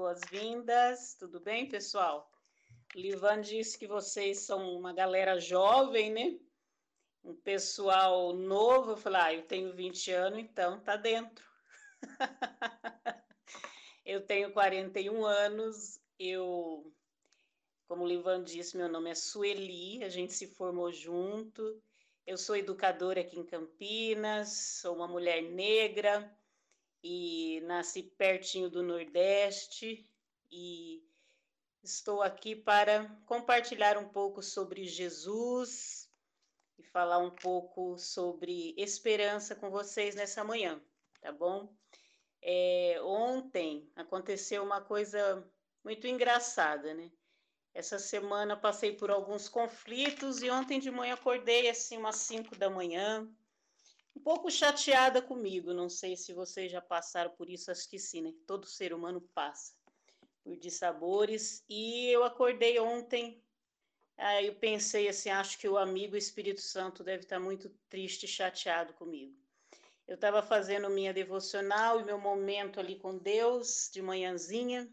boas-vindas. Tudo bem, pessoal? O Livan disse que vocês são uma galera jovem, né? Um pessoal novo. Eu falei, eu tenho 20 anos, então tá dentro. Eu tenho 41 anos. Como o Livan disse, meu nome é Sueli, a gente se formou junto. Eu sou educadora aqui em Campinas, sou uma mulher negra e nasci pertinho do Nordeste e estou aqui para compartilhar um pouco sobre Jesus e falar um pouco sobre esperança com vocês nessa manhã, tá bom? Ontem aconteceu uma coisa muito engraçada, né? Essa semana passei por alguns conflitos e ontem de manhã acordei assim umas 5 da manhã, um pouco chateada comigo. Não sei se vocês já passaram por isso, acho que sim, né? Todo ser humano passa por dissabores. E eu acordei ontem, aí eu pensei assim, acho que o amigo Espírito Santo deve estar muito triste e chateado comigo. Eu estava fazendo minha devocional e meu momento ali com Deus de manhãzinha,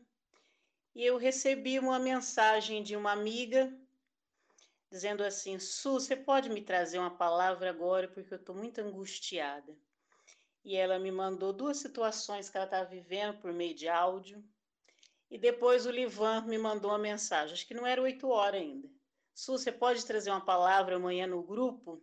e eu recebi uma mensagem de uma amiga dizendo assim: Su, você pode me trazer uma palavra agora porque eu estou muito angustiada. E ela me mandou 2 situações que ela estava vivendo por meio de áudio. E depois o Livan me mandou uma mensagem, acho que não era 8 horas ainda. Su, você pode trazer uma palavra amanhã no grupo?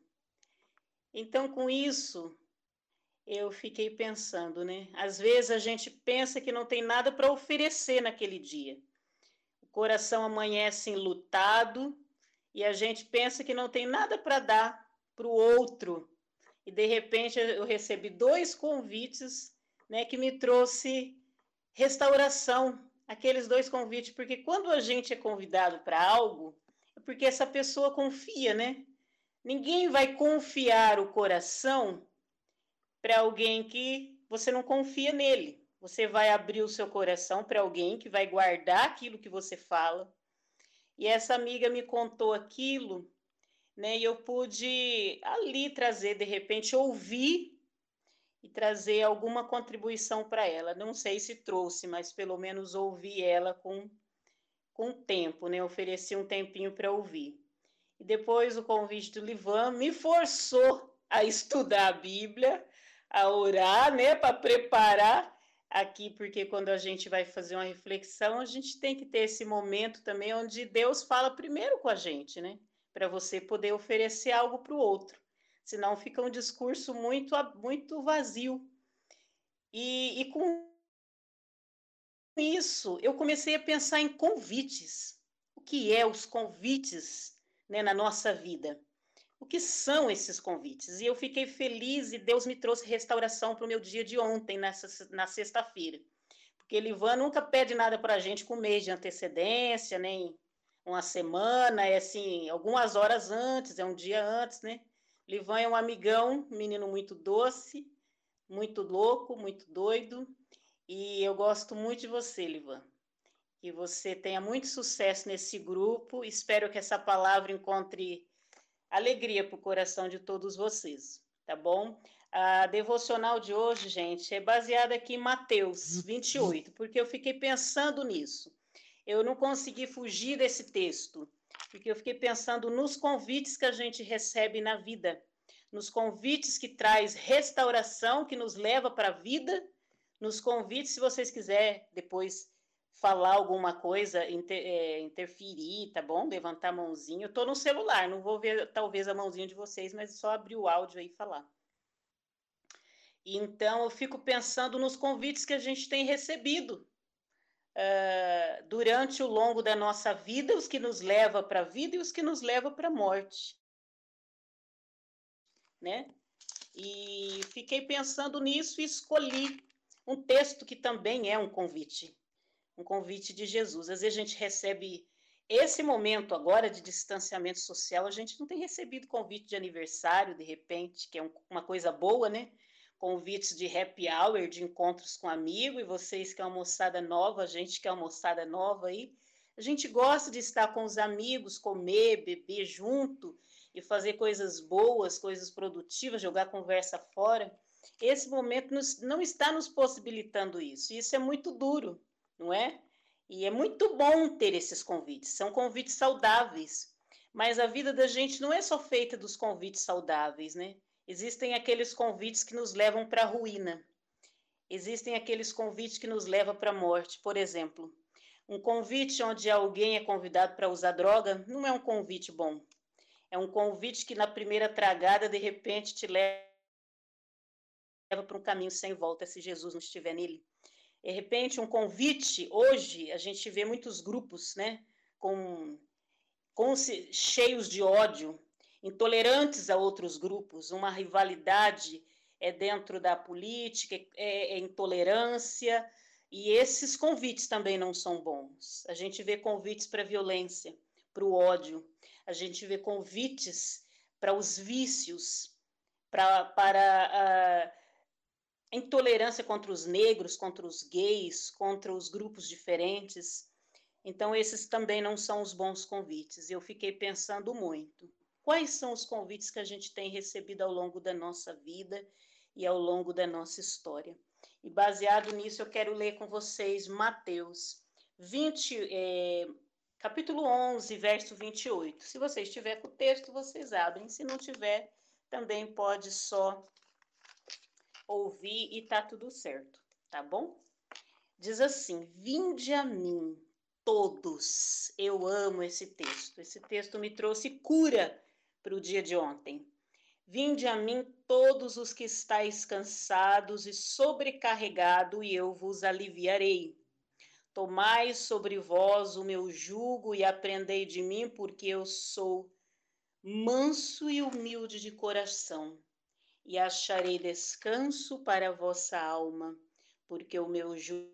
Então, com isso, eu fiquei pensando, né? Às vezes a gente pensa que não tem nada para oferecer naquele dia. O coração amanhece enlutado e a gente pensa que não tem nada para dar para o outro. E de repente eu recebi 2 convites, né, que me trouxe restauração, aqueles 2 convites, porque quando a gente é convidado para algo, é porque essa pessoa confia, né? Ninguém vai confiar o coração para alguém que você não confia nele. Você vai abrir o seu coração para alguém que vai guardar aquilo que você fala. E essa amiga me contou aquilo, né? E eu pude ali trazer, de repente, ouvir e trazer alguma contribuição para ela. Não sei se trouxe, mas pelo menos ouvi ela com tempo, né? Ofereci um tempinho para ouvir. E depois o convite do Livan me forçou a estudar a Bíblia, a orar, né? Para preparar aqui, porque quando a gente vai fazer uma reflexão, a gente tem que ter esse momento também onde Deus fala primeiro com a gente, né? Para você poder oferecer algo para o outro. Senão fica um discurso muito vazio. E com isso, eu comecei a pensar em convites. O que é os convites, né, na nossa vida? O que são esses convites? E eu fiquei feliz e Deus me trouxe restauração para o meu dia de ontem, na sexta-feira. Porque Livan nunca pede nada para a gente com um mês de antecedência, nem uma semana, é assim, algumas horas antes, é um dia antes, né? Livan é um amigão, um menino muito doce, muito louco, muito doido. E eu gosto muito de você, Livan. Que você tenha muito sucesso nesse grupo. Espero que essa palavra encontre alegria para o coração de todos vocês, tá bom? A devocional de hoje, gente, é baseada aqui em Mateus 28, porque eu fiquei pensando nisso. Eu não consegui fugir desse texto, porque eu fiquei pensando nos convites que a gente recebe na vida, nos convites que traz restauração, que nos leva para a vida, nos convites, se vocês quiserem depois falar alguma coisa, interferir, tá bom? Levantar a mãozinha. Eu tô no celular, não vou ver talvez a mãozinha de vocês, mas só abrir o áudio aí e falar. Então, eu fico pensando nos convites que a gente tem recebido durante o longo da nossa vida, os que nos levam para a vida e os que nos levam para a morte, né? E fiquei pensando nisso e escolhi um texto que também é um convite de Jesus. Às vezes a gente recebe esse momento agora de distanciamento social, a gente não tem recebido convite de aniversário, de repente, que é uma coisa boa, né? Convites de happy hour, de encontros com amigo, e vocês que é uma moçada nova, a gente que é uma moçada nova aí, a gente gosta de estar com os amigos, comer, beber junto e fazer coisas boas, coisas produtivas, jogar conversa fora. Esse momento não está nos possibilitando isso, e isso é muito duro, não é? E é muito bom ter esses convites, são convites saudáveis. Mas a vida da gente não é só feita dos convites saudáveis, né? Existem aqueles convites que nos levam para a ruína. Existem aqueles convites que nos levam para a morte. Por exemplo, um convite onde alguém é convidado para usar droga não é um convite bom. É um convite que na primeira tragada, de repente, te leva para um caminho sem volta se Jesus não estiver nele. De repente, um convite, hoje a gente vê muitos grupos, né, cheios de ódio, intolerantes a outros grupos, uma rivalidade dentro da política, intolerância, e esses convites também não são bons. A gente vê convites para a violência, para o ódio, a gente vê convites para os vícios, para a intolerância contra os negros, contra os gays, contra os grupos diferentes. Então, esses também não são os bons convites. Eu fiquei pensando muito. Quais são os convites que a gente tem recebido ao longo da nossa vida e ao longo da nossa história? E baseado nisso, eu quero ler com vocês Mateus 20, capítulo 11, verso 28. Se você estiver com o texto, vocês abrem. Se não tiver, também pode só ouvir e tá tudo certo, tá bom? Diz assim: vinde a mim, todos. Eu amo esse texto. Esse texto me trouxe cura para o dia de ontem. Vinde a mim todos os que estáis cansados e sobrecarregados, e eu vos aliviarei. Tomai sobre vós o meu jugo e aprendei de mim, porque eu sou manso e humilde de coração, e acharei descanso para a vossa alma, porque o meu jugo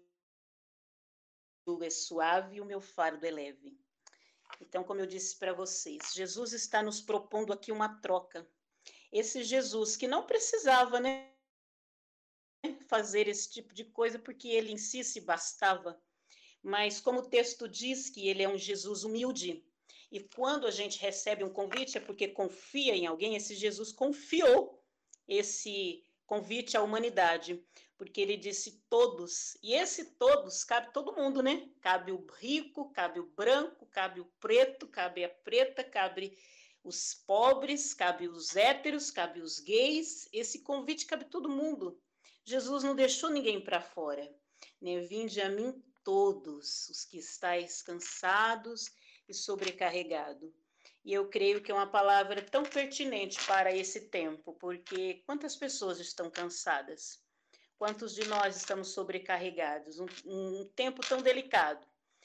é suave e o meu fardo é leve. Então, como eu disse para vocês, Jesus está nos propondo aqui uma troca. Esse Jesus que não precisava, né, fazer esse tipo de coisa, porque ele em si se bastava. Mas como o texto diz que ele é um Jesus humilde, e quando a gente recebe um convite é porque confia em alguém, esse Jesus confiou esse convite à humanidade, porque ele disse todos, e esse todos cabe todo mundo, né? Cabe o rico, cabe o branco, cabe o preto, cabe a preta, cabe os pobres, cabe os héteros, cabe os gays, esse convite cabe todo mundo. Jesus não deixou ninguém para fora, né? Vinde a mim todos os que estáis cansados e sobrecarregados. E eu creio que é uma palavra tão pertinente para esse tempo, porque quantas pessoas estão cansadas? Quantos de nós estamos sobrecarregados? Um tempo tão delicado,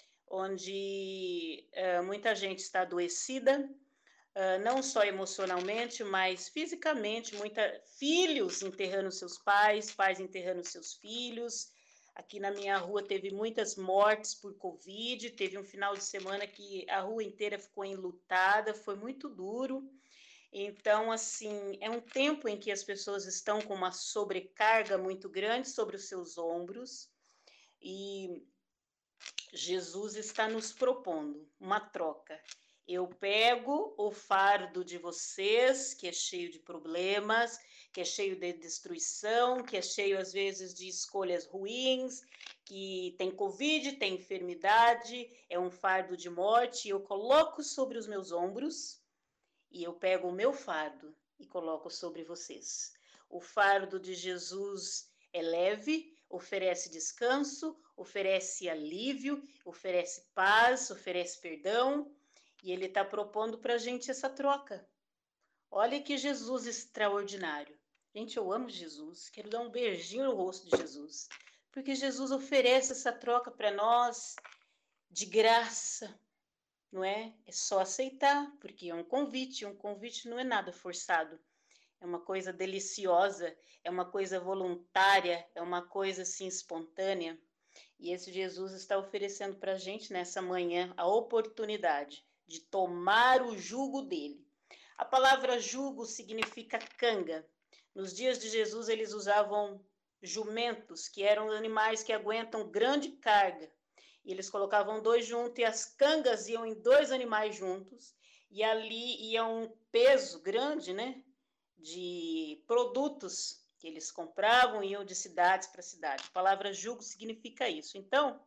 onde muita gente está adoecida, não só emocionalmente, mas fisicamente, filhos enterrando seus pais, pais enterrando seus filhos. Aqui na minha rua teve muitas mortes por Covid, teve um final de semana que a rua inteira ficou enlutada, foi muito duro. Então, assim, é um tempo em que as pessoas estão com uma sobrecarga muito grande sobre os seus ombros e Jesus está nos propondo uma troca. Eu pego o fardo de vocês, que é cheio de problemas, que é cheio de destruição, que é cheio, às vezes, de escolhas ruins, que tem Covid, tem enfermidade, é um fardo de morte, eu coloco sobre os meus ombros e eu pego o meu fardo e coloco sobre vocês. O fardo de Jesus é leve, oferece descanso, oferece alívio, oferece paz, oferece perdão, e ele está propondo para a gente essa troca. Olha que Jesus extraordinário. Gente, eu amo Jesus, quero dar um beijinho no rosto de Jesus, porque Jesus oferece essa troca para nós de graça, não é? É só aceitar, porque é um convite não é nada forçado. É uma coisa deliciosa, é uma coisa voluntária, é uma coisa assim espontânea. E esse Jesus está oferecendo para a gente nessa manhã a oportunidade de tomar o jugo dele. A palavra jugo significa canga. Nos dias de Jesus eles usavam jumentos, que eram animais que aguentam grande carga. E eles colocavam dois juntos e as cangas iam em dois animais juntos. E ali ia um peso grande, né, de produtos que eles compravam e iam de cidades para cidade. A palavra jugo significa isso. Então,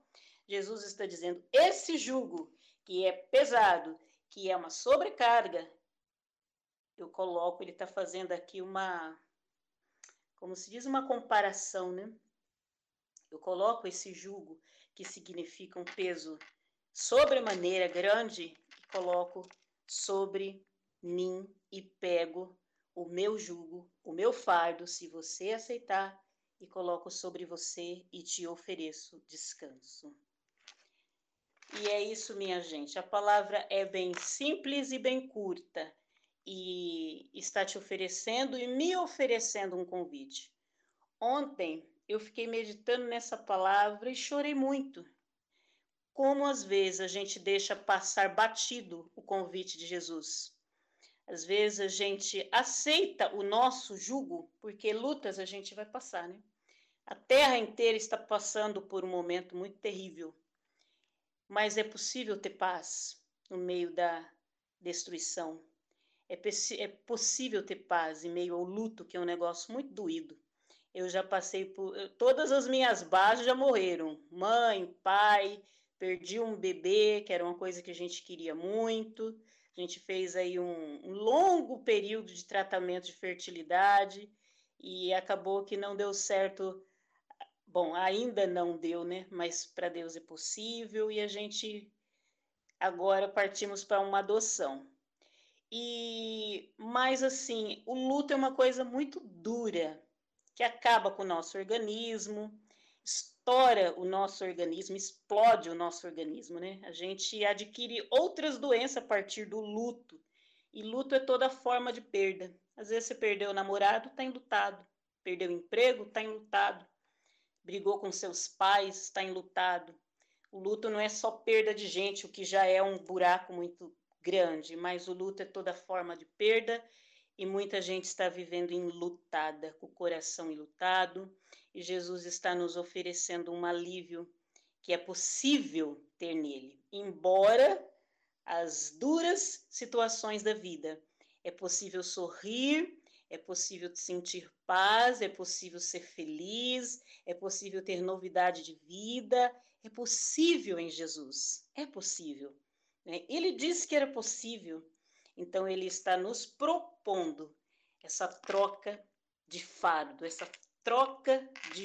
Jesus está dizendo, esse jugo que é pesado, que é uma sobrecarga, eu coloco, ele está fazendo aqui como se diz, uma comparação, né? Eu coloco esse jugo, que significa um peso sobremaneira grande, e coloco sobre mim e pego o meu jugo, o meu fardo, se você aceitar, e coloco sobre você e te ofereço descanso. E é isso, minha gente. A palavra é bem simples e bem curta, e está te oferecendo e me oferecendo um convite. Ontem eu fiquei meditando nessa palavra e chorei muito. Como às vezes a gente deixa passar batido o convite de Jesus. Às vezes a gente aceita o nosso jugo, porque lutas a gente vai passar, né? A terra inteira está passando por um momento muito terrível. Mas é possível ter paz no meio da destruição. É possível ter paz em meio ao luto, que é um negócio muito doído. Eu já passei por... Todas as minhas bases já morreram. Mãe, pai, perdi um bebê, que era uma coisa que a gente queria muito. A gente fez aí um longo período de tratamento de fertilidade e acabou que não deu certo. Bom, ainda não deu, né? Mas para Deus é possível e a gente agora partimos para uma adoção. Mas assim, o luto é uma coisa muito dura, que acaba com o nosso organismo, estoura o nosso organismo, explode o nosso organismo, né? A gente adquire outras doenças a partir do luto. E luto é toda forma de perda. Às vezes você perdeu o namorado, está enlutado. Perdeu o emprego, está enlutado. Brigou com seus pais, está enlutado. O luto não é só perda de gente, o que já é um buraco muito grande, mas o luto é toda forma de perda e muita gente está vivendo enlutada, com o coração enlutado, e Jesus está nos oferecendo um alívio que é possível ter nele, embora as duras situações da vida. É possível sorrir, é possível sentir paz, é possível ser feliz, é possível ter novidade de vida, é possível em Jesus, é possível. Ele disse que era possível, então ele está nos propondo essa troca de fardo, essa troca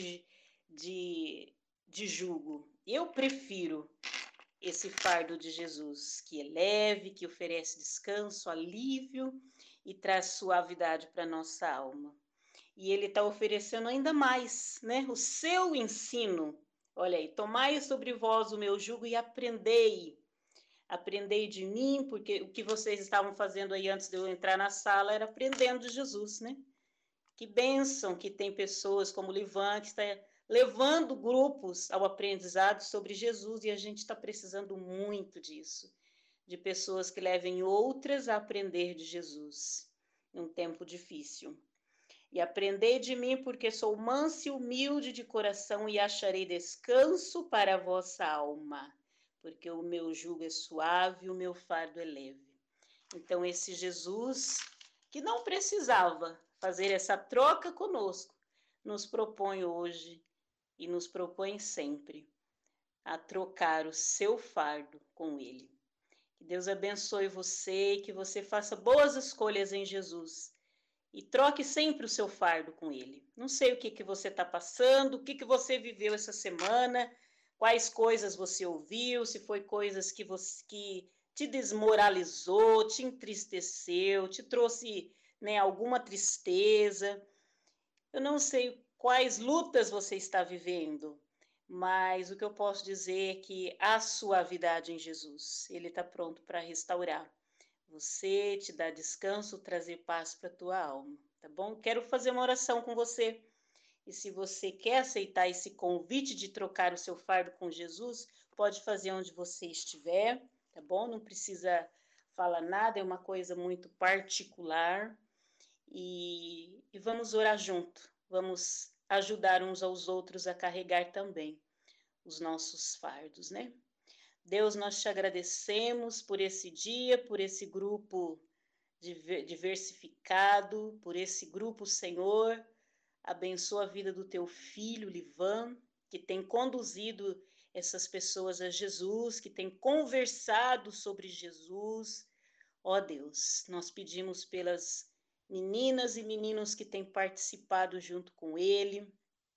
de jugo. Eu prefiro esse fardo de Jesus, que é leve, que oferece descanso, alívio e traz suavidade para a nossa alma. E ele está oferecendo ainda mais, né? O seu ensino. Olha aí, tomai sobre vós o meu jugo e aprendei. Aprendei de mim, porque o que vocês estavam fazendo aí antes de eu entrar na sala era aprendendo de Jesus, né? Que bênção que tem pessoas como o Livan, que está levando grupos ao aprendizado sobre Jesus, e a gente está precisando muito disso, de pessoas que levem outras a aprender de Jesus, num tempo difícil. E aprendei de mim, porque sou manso e humilde de coração, e acharei descanso para a vossa alma, porque o meu jugo é suave e o meu fardo é leve. Então, esse Jesus, que não precisava fazer essa troca conosco, nos propõe hoje e nos propõe sempre a trocar o seu fardo com ele. Que Deus abençoe você e que você faça boas escolhas em Jesus e troque sempre o seu fardo com ele. Não sei o que você está passando, o que você viveu essa semana, quais coisas você ouviu, se foi coisas que te desmoralizou, te entristeceu, te trouxe, né, alguma tristeza. Eu não sei quais lutas você está vivendo, mas o que eu posso dizer é que há suavidade em Jesus. Ele está pronto para restaurar você, te dar descanso, trazer paz para a tua alma, tá bom? Quero fazer uma oração com você. E se você quer aceitar esse convite de trocar o seu fardo com Jesus, pode fazer onde você estiver, tá bom? Não precisa falar nada, é uma coisa muito particular. E vamos orar junto, vamos ajudar uns aos outros a carregar também os nossos fardos, né? Deus, nós te agradecemos por esse dia, por esse grupo diversificado, por esse grupo, Senhor. Abençoa a vida do teu filho, Livan, que tem conduzido essas pessoas a Jesus, que têm conversado sobre Jesus. Ó Deus, nós pedimos pelas meninas e meninos que têm participado junto com ele.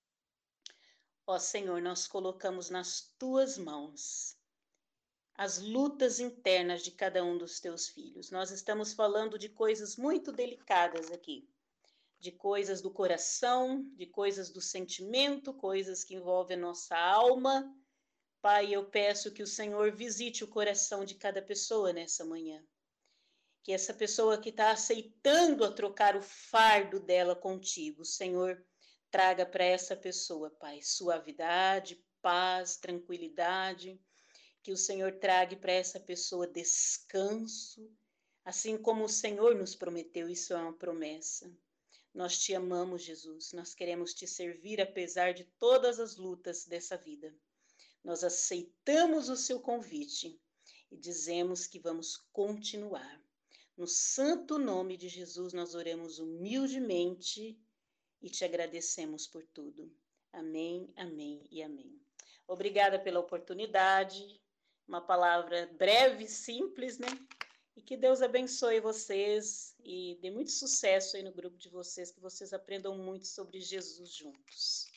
Ó Senhor, nós colocamos nas tuas mãos as lutas internas de cada um dos teus filhos. Nós estamos falando de coisas muito delicadas aqui, de coisas do coração, de coisas do sentimento, coisas que envolvem a nossa alma. Pai, eu peço que o Senhor visite o coração de cada pessoa nessa manhã. Que essa pessoa que está aceitando a trocar o fardo dela contigo, Senhor, traga para essa pessoa, Pai, suavidade, paz, tranquilidade. Que o Senhor traga para essa pessoa descanso, assim como o Senhor nos prometeu, isso é uma promessa. Nós te amamos, Jesus, nós queremos te servir apesar de todas as lutas dessa vida. Nós aceitamos o seu convite e dizemos que vamos continuar. No santo nome de Jesus, nós oramos humildemente e te agradecemos por tudo. Amém, amém e amém. Obrigada pela oportunidade. Uma palavra breve, simples, né? E que Deus abençoe vocês e dê muito sucesso aí no grupo de vocês, que vocês aprendam muito sobre Jesus juntos.